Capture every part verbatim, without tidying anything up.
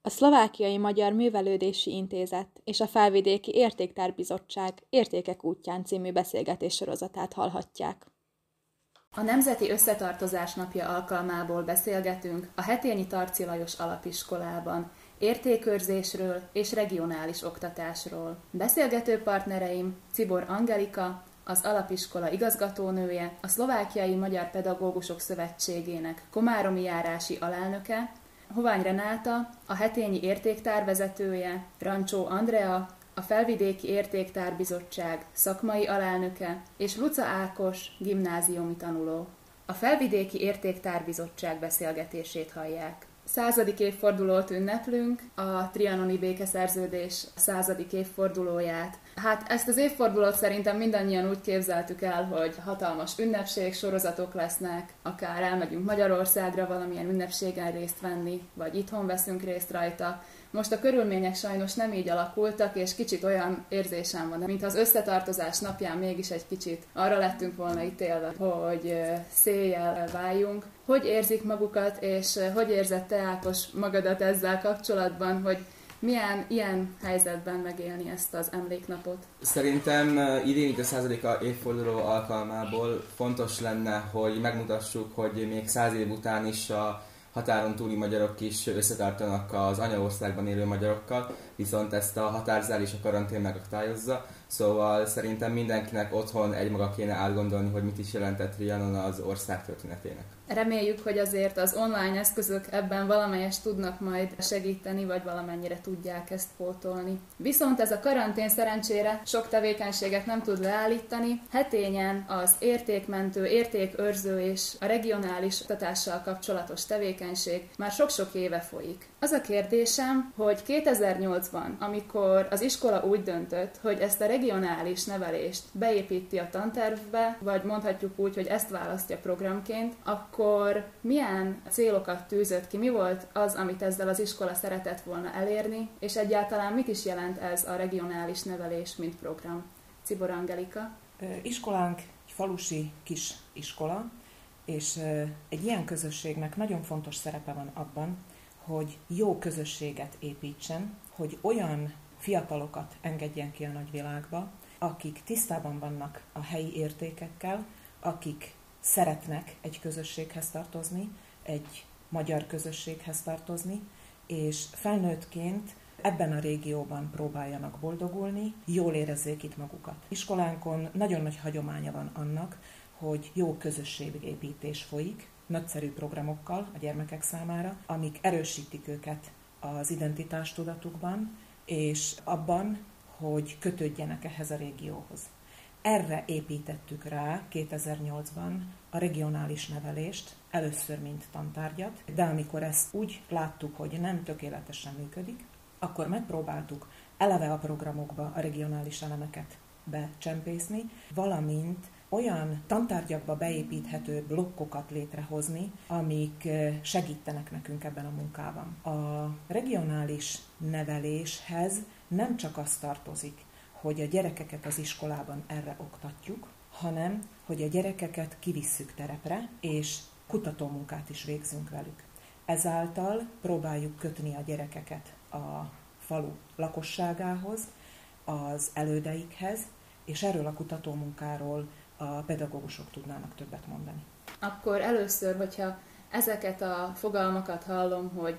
A Szlovákiai Magyar Művelődési Intézet és a Felvidéki Értéktárbizottság Értékek útján című beszélgetéssorozatát hallhatják. A Nemzeti Összetartozás Napja alkalmából beszélgetünk a Hetényi Tarczy Lajos Alapiskolában értékőrzésről és regionális oktatásról. Beszélgető partnereim Czibor Angelika, az alapiskola igazgatónője, a Szlovákiai Magyar Pedagógusok Szövetségének komáromi járási alelnöke, Hovány Renáta, a Hetényi Értéktár vezetője, Rancsó Andrea, a Felvidéki Értéktárbizottság szakmai alelnöke, és Luca Ákos, gimnáziumi tanuló. A Felvidéki Értéktárbizottság beszélgetését hallják. Századik évfordulót ünneplünk, a trianoni békeszerződés századik évfordulóját. Hát ezt az évfordulót szerintem mindannyian úgy képzeltük el, hogy hatalmas ünnepség, sorozatok lesznek, akár elmegyünk Magyarországra valamilyen ünnepségen részt venni, vagy itthon veszünk részt rajta. Most a körülmények sajnos nem így alakultak, és kicsit olyan érzésem van, mintha az összetartozás napján mégis egy kicsit arra lettünk volna ítélve, hogy széjjel váljunk. Hogy érzik magukat, és hogy érzed te, Ákos, magadat ezzel kapcsolatban, hogy milyen ilyen helyzetben megélni ezt az emléknapot? Szerintem idén itt a századik évforduló alkalmából fontos lenne, hogy megmutassuk, hogy még száz év után is a határon túli magyarok is összetartanak az anyaországban élő magyarokkal, viszont ezt a határzár és a karantén megakadályozza. Szóval szerintem mindenkinek otthon egymaga kéne átgondolni, hogy mit is jelentett Trianon az ország történetének. Reméljük, hogy azért az online eszközök ebben valamelyest tudnak majd segíteni, vagy valamennyire tudják ezt pótolni. Viszont ez a karantén szerencsére sok tevékenységet nem tud leállítani. Hetényen az értékmentő, értékőrző és a regionális oktatással kapcsolatos tevékenység már sok-sok éve folyik. Az a kérdésem, hogy kétezer-nyolcban, amikor az iskola úgy döntött, hogy ezt a regionális nevelést beépíti a tantervbe, vagy mondhatjuk úgy, hogy ezt választja programként, akkor milyen célokat tűzött ki, mi volt az, amit ezzel az iskola szeretett volna elérni, és egyáltalán mit is jelent ez a regionális nevelés, mint program? Czibor Angelika. Iskolánk egy falusi kis iskola, és egy ilyen közösségnek nagyon fontos szerepe van abban, hogy jó közösséget építsen, hogy olyan fiatalokat engedjen ki a nagyvilágba, akik tisztában vannak a helyi értékekkel, akik szeretnek egy közösséghez tartozni, egy magyar közösséghez tartozni, és felnőttként ebben a régióban próbáljanak boldogulni, jól érezzék itt magukat. Iskolánkon nagyon nagy hagyománya van annak, hogy jó közösségépítés folyik, nagyszerű programokkal a gyermekek számára, amik erősítik őket az identitástudatukban, és abban, hogy kötődjenek ehhez a régióhoz. Erre építettük rá kétezer-nyolcban a regionális nevelést, először mint tantárgyat, de amikor ezt úgy láttuk, hogy nem tökéletesen működik, akkor megpróbáltuk eleve a programokba a regionális elemeket becsempészni, valamint olyan tantárgyakba beépíthető blokkokat létrehozni, amik segítenek nekünk ebben a munkában. A regionális neveléshez nem csak az tartozik, hogy a gyerekeket az iskolában erre oktatjuk, hanem hogy a gyerekeket kivisszük terepre, és kutatómunkát is végzünk velük. Ezáltal próbáljuk kötni a gyerekeket a falu lakosságához, az elődeikhez, és erről a kutatómunkáról a pedagógusok tudnának többet mondani. Akkor először, hogyha ezeket a fogalmakat hallom, hogy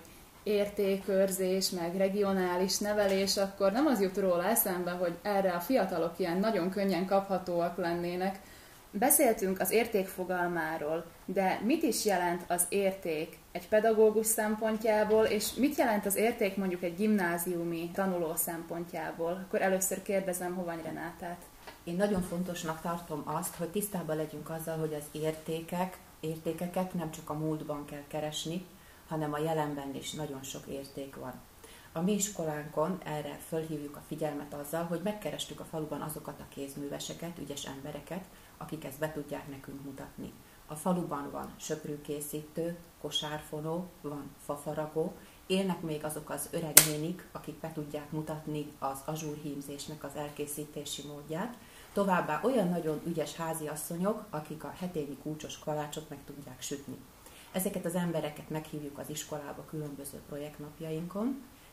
értékőrzés, meg regionális nevelés, akkor nem az jut róla eszembe, hogy erre a fiatalok ilyen nagyon könnyen kaphatóak lennének. Beszéltünk az érték fogalmáról, de mit is jelent az érték egy pedagógus szempontjából, és mit jelent az érték mondjuk egy gimnáziumi tanuló szempontjából? Akkor először kérdezem Hovány Renátát. Én nagyon fontosnak tartom azt, hogy tisztában legyünk azzal, hogy az értékek, értékeket nem csak a múltban kell keresni, hanem a jelenben is nagyon sok érték van. A mi iskolánkon erre fölhívjuk a figyelmet azzal, hogy megkerestük a faluban azokat a kézműveseket, ügyes embereket, akik ezt be tudják nekünk mutatni. A faluban van söprűkészítő, kosárfonó, van fafaragó, élnek még azok az öreg nénik, akik be tudják mutatni az azsúrhímzésnek az elkészítési módját, továbbá olyan nagyon ügyes háziasszonyok, akik a hetényi kulcsos kalácsot meg tudják sütni. Ezeket az embereket meghívjuk az iskolába különböző projektnapjainkon,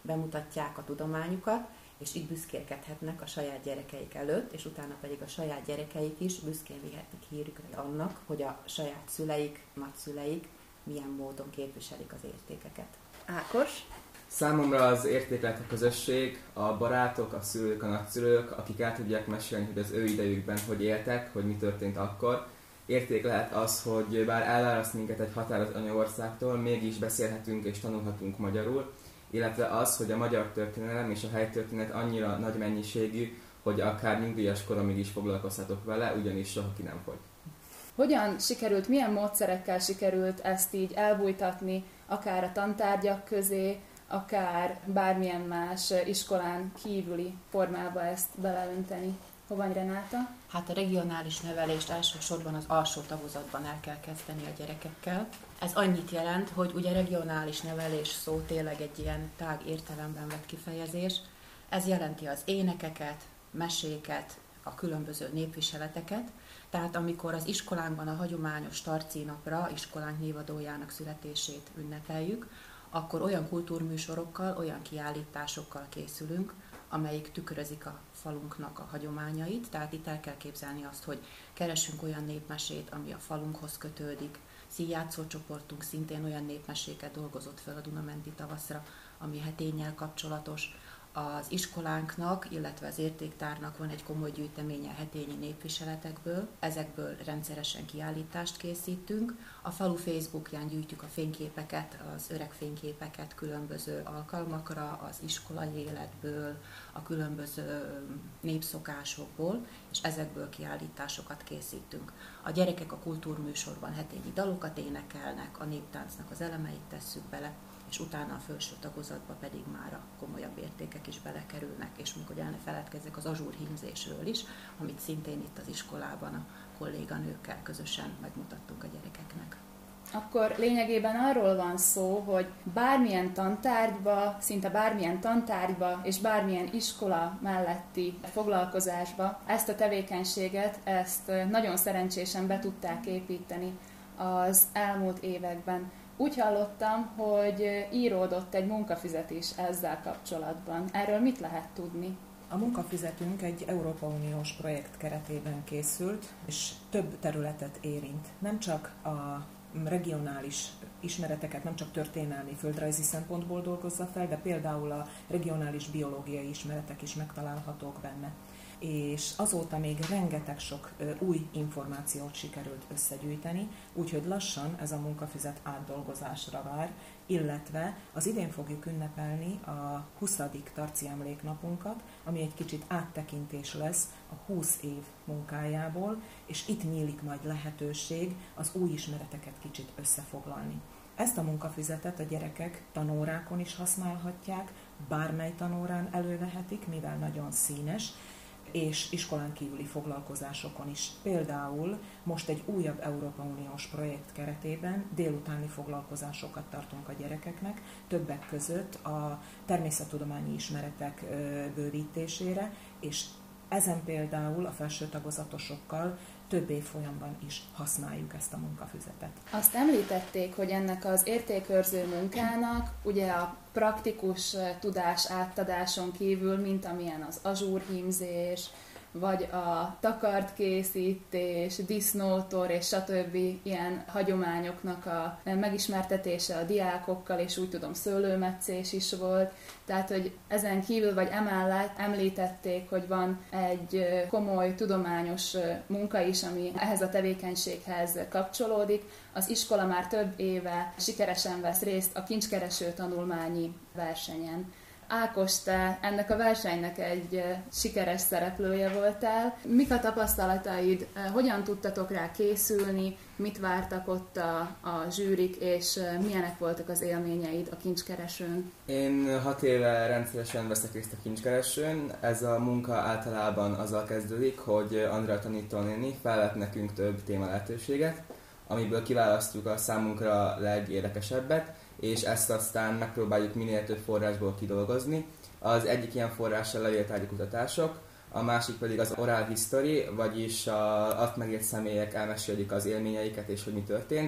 bemutatják a tudományukat, és így büszkélkedhetnek a saját gyerekeik előtt, és utána pedig a saját gyerekeik is büszkén vihetik hírükre annak, hogy a saját szüleik, nagyszüleik milyen módon képviselik az értékeket. Ákos? Számomra az érték lehet a közösség, a barátok, a szülők, a nagyszülők, akik el tudják mesélni, hogy az ő idejükben hogy éltek, hogy mi történt akkor. Érték lehet az, hogy bár elválaszt minket egy határozott anyaországtól, mégis beszélhetünk és tanulhatunk magyarul, illetve az, hogy a magyar történelem és a helytörténet annyira nagy mennyiségű, hogy akár nyugdíjas koromig is foglalkozhatok vele, ugyanis soha ki nem fogy. Hogyan sikerült, milyen módszerekkel sikerült ezt így elbújtatni, akár a tantárgyak közé, akár bármilyen más iskolán kívüli formába ezt beleönteni? Hovany Renáta? Hát a regionális nevelést elsősorban az alsó tagozatban el kell kezdeni a gyerekekkel. Ez annyit jelent, hogy ugye regionális nevelés szó tényleg egy ilyen tág értelemben vett kifejezés. Ez jelenti az énekeket, meséket, a különböző népviseleteket. Tehát amikor az iskolánkban a hagyományos tarcínapra iskolánk névadójának születését ünnepeljük, akkor olyan kultúrműsorokkal, olyan kiállításokkal készülünk, amelyik tükrözik a falunknak a hagyományait, tehát itt el kell képzelni azt, hogy keresünk olyan népmesét, ami a falunkhoz kötődik. Színjátszó csoportunk szintén olyan népmeséket dolgozott fel a Dunamenti tavaszra, ami heténnyel kapcsolatos. Az iskolánknak, illetve az értéktárnak van egy komoly gyűjteménye hetényi népviseletekből, ezekből rendszeresen kiállítást készítünk. A falu Facebookján gyűjtjük a fényképeket, az öreg fényképeket különböző alkalmakra, az iskolai életből, a különböző népszokásokból, és ezekből kiállításokat készítünk. A gyerekek a kultúrműsorban hetényi dalokat énekelnek, a néptáncnak az elemeit tesszük bele, és utána a felső tagozatba pedig már a komolyabb értékek is belekerülnek, és még hogy el ne feledkezzek az azsúrhímzésről is, amit szintén itt az iskolában a kolléganőkkel közösen megmutattunk a gyerekeknek. Akkor lényegében arról van szó, hogy bármilyen tantárgyba, szinte bármilyen tantárgyba és bármilyen iskola melletti foglalkozásba ezt a tevékenységet, ezt nagyon szerencsésen be tudták építeni az elmúlt években. Úgy hallottam, hogy íródott egy munkafizetés ezzel kapcsolatban. Erről mit lehet tudni? A munkafizetünk egy Európai Uniós projekt keretében készült, és több területet érint. Nem csak a regionális ismereteket, nem csak történelmi, földrajzi szempontból dolgozza fel, de például a regionális biológiai ismeretek is megtalálhatók benne. És azóta még rengeteg sok új információt sikerült összegyűjteni, úgyhogy lassan ez a munkafizet átdolgozásra vár, illetve az idén fogjuk ünnepelni a huszadik tarci emléknapunkat, ami egy kicsit áttekintés lesz a húsz év munkájából, és itt nyílik majd lehetőség az új ismereteket kicsit összefoglalni. Ezt a munkafizetet a gyerekek tanórákon is használhatják, bármely tanórán elővehetik, mivel nagyon színes, és iskolán kívüli foglalkozásokon is. Például most egy újabb Európai Uniós projekt keretében délutáni foglalkozásokat tartunk a gyerekeknek, többek között a természettudományi ismeretek bővítésére, és ezen például a felső tagozatosokkal több évfolyamban is használjuk ezt a munkafüzetet. Azt említették, hogy ennek az értékőrző munkának ugye a praktikus tudás átadáson kívül, mint amilyen az azsúrhímzés, vagy a takartkészítés, disznótor és stb. Ilyen hagyományoknak a megismertetése a diákokkal, és úgy tudom szőlőmetszés is volt. Tehát, hogy ezen kívül vagy emellett említették, hogy van egy komoly tudományos munka is, ami ehhez a tevékenységhez kapcsolódik. Az iskola már több éve sikeresen vesz részt a kincskereső tanulmányi versenyen. Ákos, te ennek a versenynek egy sikeres szereplője voltál. Mik a tapasztalataid, hogyan tudtatok rá készülni, mit vártak ott a, a zsűrik, és milyenek voltak az élményeid a kincskeresőn? Én hat éve rendszeresen veszek részt a kincskeresőn. Ez a munka általában azzal kezdődik, hogy Andrea tanítónéni felvett nekünk több téma lehetőséget, amiből kiválasztjuk a számunkra legérdekesebbet, és ezt aztán megpróbáljuk minél több forrásból kidolgozni. Az egyik ilyen forrás a levéltárgyi kutatások, a másik pedig az oral history, vagyis a, azt megért személyek elmesélik az élményeiket és hogy mi történt,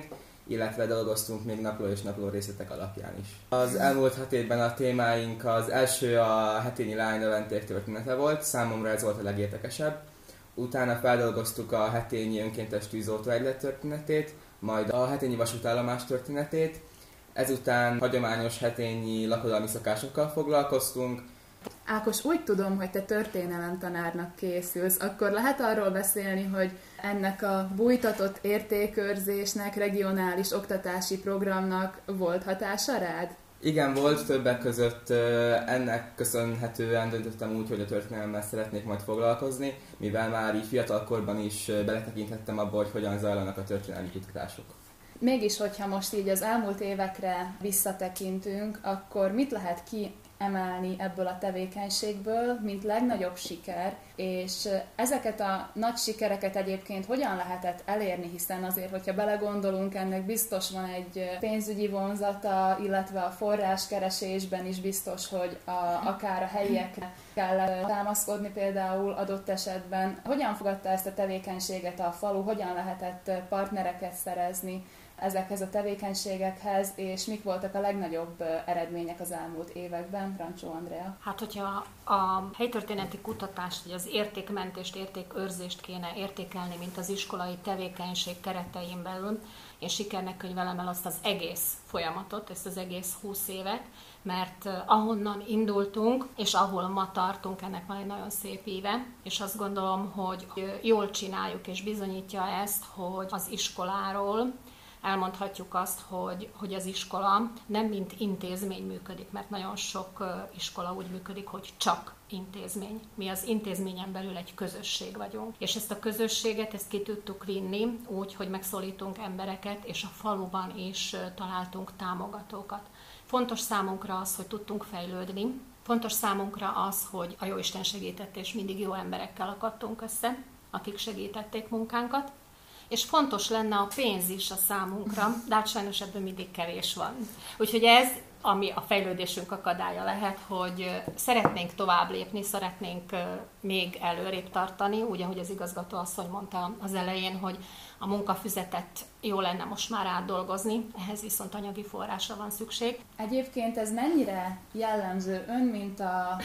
illetve dolgoztunk még napló és napló részletek alapján is. Az elmúlt hat évben a témáink az első a Hetényi Lánynöventék története volt, számomra ez volt a legérdekesebb. Utána feldolgoztuk a Hetényi Önkéntes Tűzoltó Egylet történetét, majd a Hetényi Vasútállomás történetét. Ezután hagyományos hetényi lakodalmi szokásokkal foglalkoztunk. Ákos, úgy tudom, hogy te történelemtanárnak készülsz, akkor lehet arról beszélni, hogy ennek a bújtatott értékőrzésnek, regionális oktatási programnak volt hatása rád? Igen, volt, többek között ennek köszönhetően döntöttem úgy, hogy a történelemmel szeretnék majd foglalkozni, mivel már így fiatalkorban is beletekinthettem abba, hogy hogyan zajlanak a történelmi kutatások. Mégis, hogyha most így az elmúlt évekre visszatekintünk, akkor mit lehet kiemelni ebből a tevékenységből, mint legnagyobb siker, és ezeket a nagy sikereket egyébként hogyan lehetett elérni, hiszen azért, hogyha belegondolunk, ennek biztos van egy pénzügyi vonzata, illetve a forráskeresésben is biztos, hogy a, akár a helyiekre kell támaszkodni például adott esetben. Hogyan fogadta ezt a tevékenységet a falu, hogyan lehetett partnereket szerezni ezekhez a tevékenységekhez, és mik voltak a legnagyobb eredmények az elmúlt években? Rancsó Andrea. Hát, hogyha a helytörténeti kutatást, vagy az értékmentést, értékőrzést kéne értékelni, mint az iskolai tevékenység keretein belül, én sikernek könyvelem el azt az egész folyamatot, ezt az egész húsz évet, mert ahonnan indultunk, és ahol ma tartunk, ennek már egy nagyon szép éve, és azt gondolom, hogy jól csináljuk, és bizonyítja ezt, hogy az iskoláról elmondhatjuk azt, hogy, hogy az iskola nem mint intézmény működik, mert nagyon sok iskola úgy működik, hogy csak intézmény. Mi az intézményen belül egy közösség vagyunk. És ezt a közösséget, ezt ki tudtuk vinni úgy, hogy megszólítunk embereket, és a faluban is találtunk támogatókat. Fontos számunkra az, hogy tudtunk fejlődni. Fontos számunkra az, hogy a Jóisten segített, és mindig jó emberekkel akadtunk össze, akik segítették munkánkat. És fontos lenne a pénz is a számunkra, de hát sajnos ebből mindig kevés van. Úgyhogy ez, ami a fejlődésünk akadálya lehet, hogy szeretnénk tovább lépni, szeretnénk még előrébb tartani, úgy, ahogy az igazgató asszony mondta az elején, hogy a munkafüzetet jó lenne most már átdolgozni, ehhez viszont anyagi forrásra van szükség. Egyébként ez mennyire jellemző ön, mint a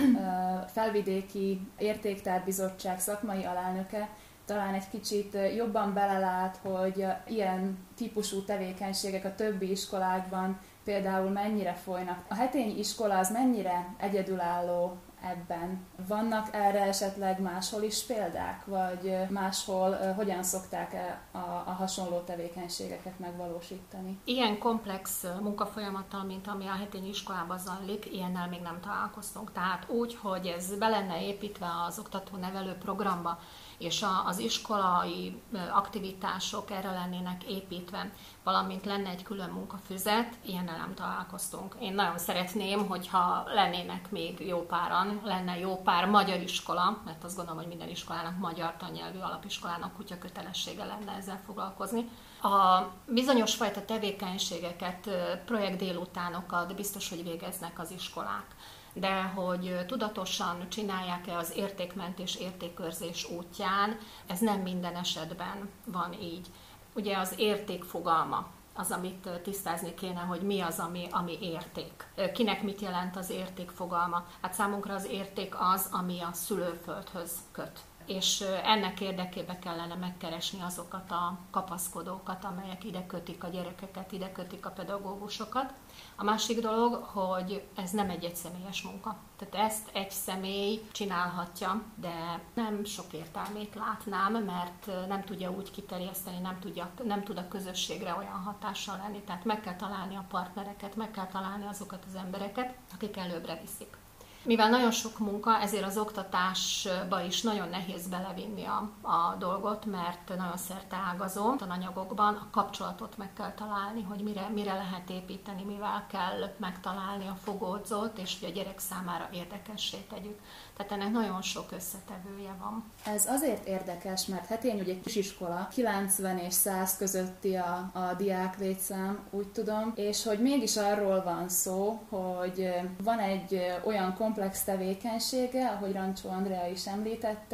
Felvidéki Értéktárbizottság szakmai alelnöke, talán egy kicsit jobban belelát, hogy ilyen típusú tevékenységek a többi iskolákban például mennyire folynak. A hetényi iskola az mennyire egyedülálló ebben? Vannak erre esetleg máshol is példák, vagy máshol hogyan szokták a, a hasonló tevékenységeket megvalósítani? Ilyen komplex munkafolyamattal, mint ami a hetényi iskolában zajlik, ilyennel még nem találkoztunk. Tehát úgy, hogy ez be lenne építve az oktató-nevelő programba, és az iskolai aktivitások erre lennének építve, valamint lenne egy külön munkafüzet, ilyennel nem találkoztunk. Én nagyon szeretném, hogyha lennének még jó páran, lenne jó pár magyar iskola, mert azt gondolom, hogy minden iskolának, magyar tannyelvű alapiskolának kutya kötelessége lenne ezzel foglalkozni. A bizonyos fajta tevékenységeket, projekt délutánokat biztos, hogy végeznek az iskolák. De hogy tudatosan csinálják-e az értékmentés, értékőrzés útján, ez nem minden esetben van így. Ugye az érték fogalma az, amit tisztázni kéne, hogy mi az, ami, ami érték. Kinek mit jelent az érték fogalma? Hát számunkra az érték az, ami a szülőföldhöz köt. És ennek érdekében kellene megkeresni azokat a kapaszkodókat, amelyek ide kötik a gyerekeket, ide kötik a pedagógusokat. A másik dolog, hogy ez nem egy egyszemélyes munka. Tehát ezt egy személy csinálhatja, de nem sok értelmét látnám, mert nem tudja úgy kiterjeszteni, nem, tudja, nem tud a közösségre olyan hatással lenni. Tehát meg kell találni a partnereket, meg kell találni azokat az embereket, akik előbbre viszik. Mivel nagyon sok munka, ezért az oktatásba is nagyon nehéz belevinni a, a dolgot, mert nagyon szerteágazó. A anyagokban a kapcsolatot meg kell találni, hogy mire, mire lehet építeni, mivel kell megtalálni a fogódzót, és hogy a gyerek számára érdekessé tegyük. Tehát ennek nagyon sok összetevője van. Ez azért érdekes, mert Hetény ugye egy kisiskola, kilencven és száz közötti a, a diák létszám, úgy tudom, és hogy mégis arról van szó, hogy van egy olyan komplex tevékenysége, ahogy Rancsó Andrea is említette,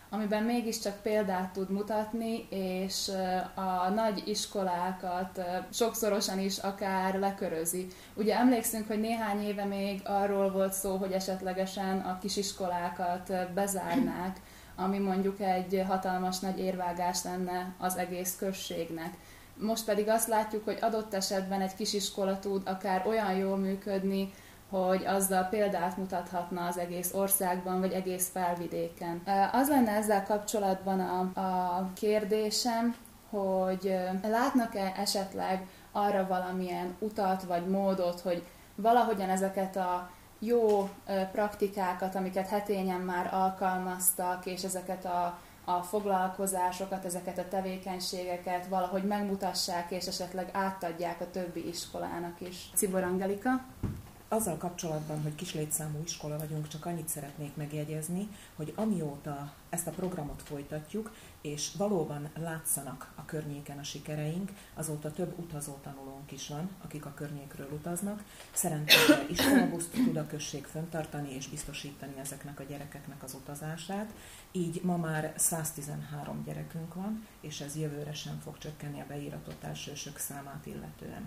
amiben mégiscsak példát tud mutatni, és a nagy iskolákat sokszorosan is akár lekörözi. Ugye emlékszünk, hogy néhány éve még arról volt szó, hogy esetlegesen a kisiskolákat bezárnák, ami mondjuk egy hatalmas nagy érvágás lenne az egész községnek. Most pedig azt látjuk, hogy adott esetben egy kisiskola tud akár olyan jól működni, hogy azzal példát mutathatna az egész országban, vagy egész felvidéken. Az lenne ezzel kapcsolatban a, a kérdésem, hogy látnak-e esetleg arra valamilyen utat, vagy módot, hogy valahogyan ezeket a jó praktikákat, amiket Hetényen már alkalmaztak, és ezeket a, a foglalkozásokat, ezeket a tevékenységeket valahogy megmutassák, és esetleg átadják a többi iskolának is. Czibor Angelika? Azzal kapcsolatban, hogy kis létszámú iskola vagyunk, csak annyit szeretnék megjegyezni, hogy amióta ezt a programot folytatjuk, és valóban látszanak a környéken a sikereink, azóta több utazó tanulónk is van, akik a környékről utaznak. Szerencsére iskolabuszt tud a község fenntartani és biztosítani ezeknek a gyerekeknek az utazását. Így ma már száztizenhárom gyerekünk van, és ez jövőre sem fog csökkenni a beíratott elsősök számát illetően.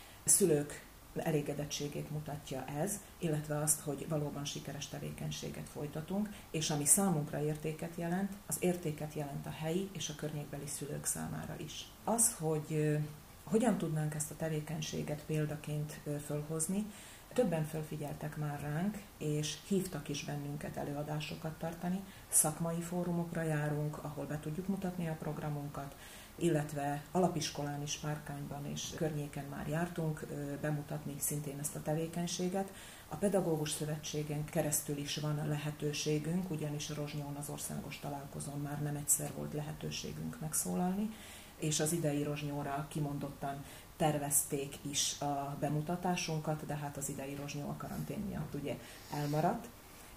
Szülők elégedettségét mutatja ez, illetve azt, hogy valóban sikeres tevékenységet folytatunk, és ami számunkra értéket jelent, az értéket jelent a helyi és a környékbeli szülők számára is. Az, hogy hogyan tudnánk ezt a tevékenységet példaként fölhozni, többen fölfigyeltek már ránk, és hívtak is bennünket előadásokat tartani, szakmai fórumokra járunk, ahol be tudjuk mutatni a programunkat, illetve alapiskolán is, Párkányban és környéken már jártunk bemutatni szintén ezt a tevékenységet. A Pedagógus Szövetségen keresztül is van lehetőségünk, ugyanis a Rozsnyón az országos találkozón már nem egyszer volt lehetőségünk megszólalni, és az idei Rozsnyóra kimondottan tervezték is a bemutatásunkat, de hát az idei Rozsnyó a karantén miatt ugye elmaradt.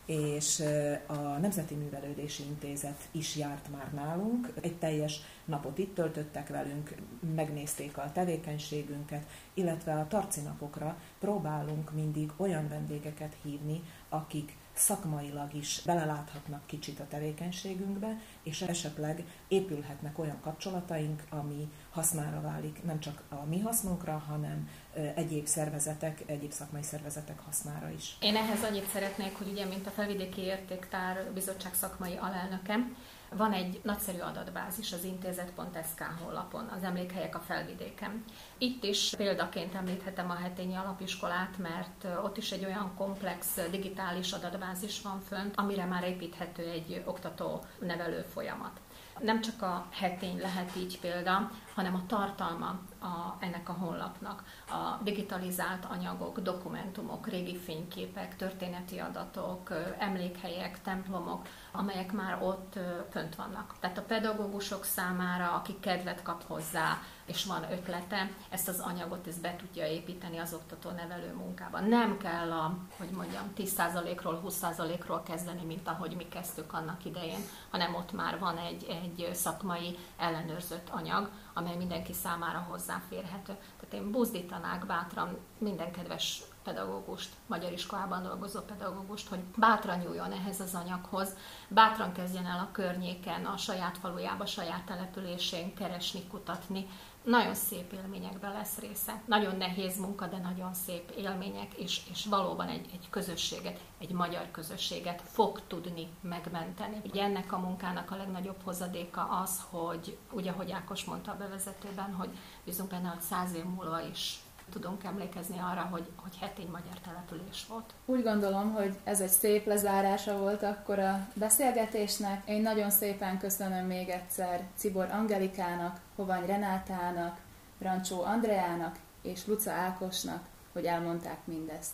És a Nemzeti Művelődési Intézet is járt már nálunk. Egy teljes napot itt töltöttek velünk, megnézték a tevékenységünket, illetve a tarci napokra próbálunk mindig olyan vendégeket hívni, akik szakmailag is beleláthatnak kicsit a tevékenységünkbe, és esetleg épülhetnek olyan kapcsolataink, ami hasznára válik nem csak a mi hasznunkra, hanem egyéb szervezetek, egyéb szakmai szervezetek hasznára is. Én ehhez annyit szeretnék, hogy ugye, mint a Felvidéki Értéktár Bizottság szakmai alelnöke, van egy nagyszerű adatbázis az intézet pont es ká honlapon, az emlékhelyek a Felvidéken. Itt is példaként említhetem a Hetényi Alapiskolát, mert ott is egy olyan komplex digitális adatbázis van fönt, amire már építhető egy oktató-nevelő folyamat. Nem csak a Hetény lehet így példa, hanem a tartalma a, ennek a honlapnak. A digitalizált anyagok, dokumentumok, régi fényképek, történeti adatok, emlékhelyek, templomok, amelyek már ott fönt vannak. Tehát a pedagógusok számára, aki kedvet kap hozzá, és van ötlete, ezt az anyagot ezt be tudja építeni az oktató-nevelő munkában. Nem kell a, hogy mondjam, tíz százalékról, húsz százalékról kezdeni, mint ahogy mi kezdtük annak idején, hanem ott már van egy, egy szakmai ellenőrzött anyag, amely mindenki számára hozzáférhető. Tehát én buzdítanák bátran minden kedves pedagógust, magyar iskolában dolgozó pedagógust, hogy bátran nyúljon ehhez az anyaghoz, bátran kezdjen el a környéken, a saját falujába, saját településén keresni, kutatni. Nagyon szép élményekben lesz része. Nagyon nehéz munka, de nagyon szép élmények, és, és valóban egy, egy közösséget, egy magyar közösséget fog tudni megmenteni. Ugye ennek a munkának a legnagyobb hozadéka az, hogy ugye, ahogy Ákos mondta a bevezetőben, hogy bízunk benne, hogy száz év múlva is tudunk emlékezni arra, hogy, hogy Hetény magyar település volt. Úgy gondolom, hogy ez egy szép lezárása volt akkor a beszélgetésnek. Én nagyon szépen köszönöm még egyszer Czibor Angelikának, Hovany Renátának, Rancsó Andreának és Luca Ákosnak, hogy elmondták mindezt.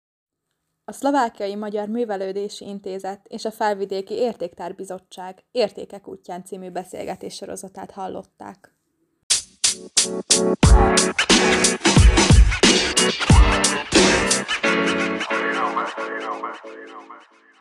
A Szlovákiai Magyar Művelődési Intézet és a Felvidéki Értéktár Bizottság Értékek útján című beszélgetés sorozatát hallották. You know, man. You know, man. You know, man.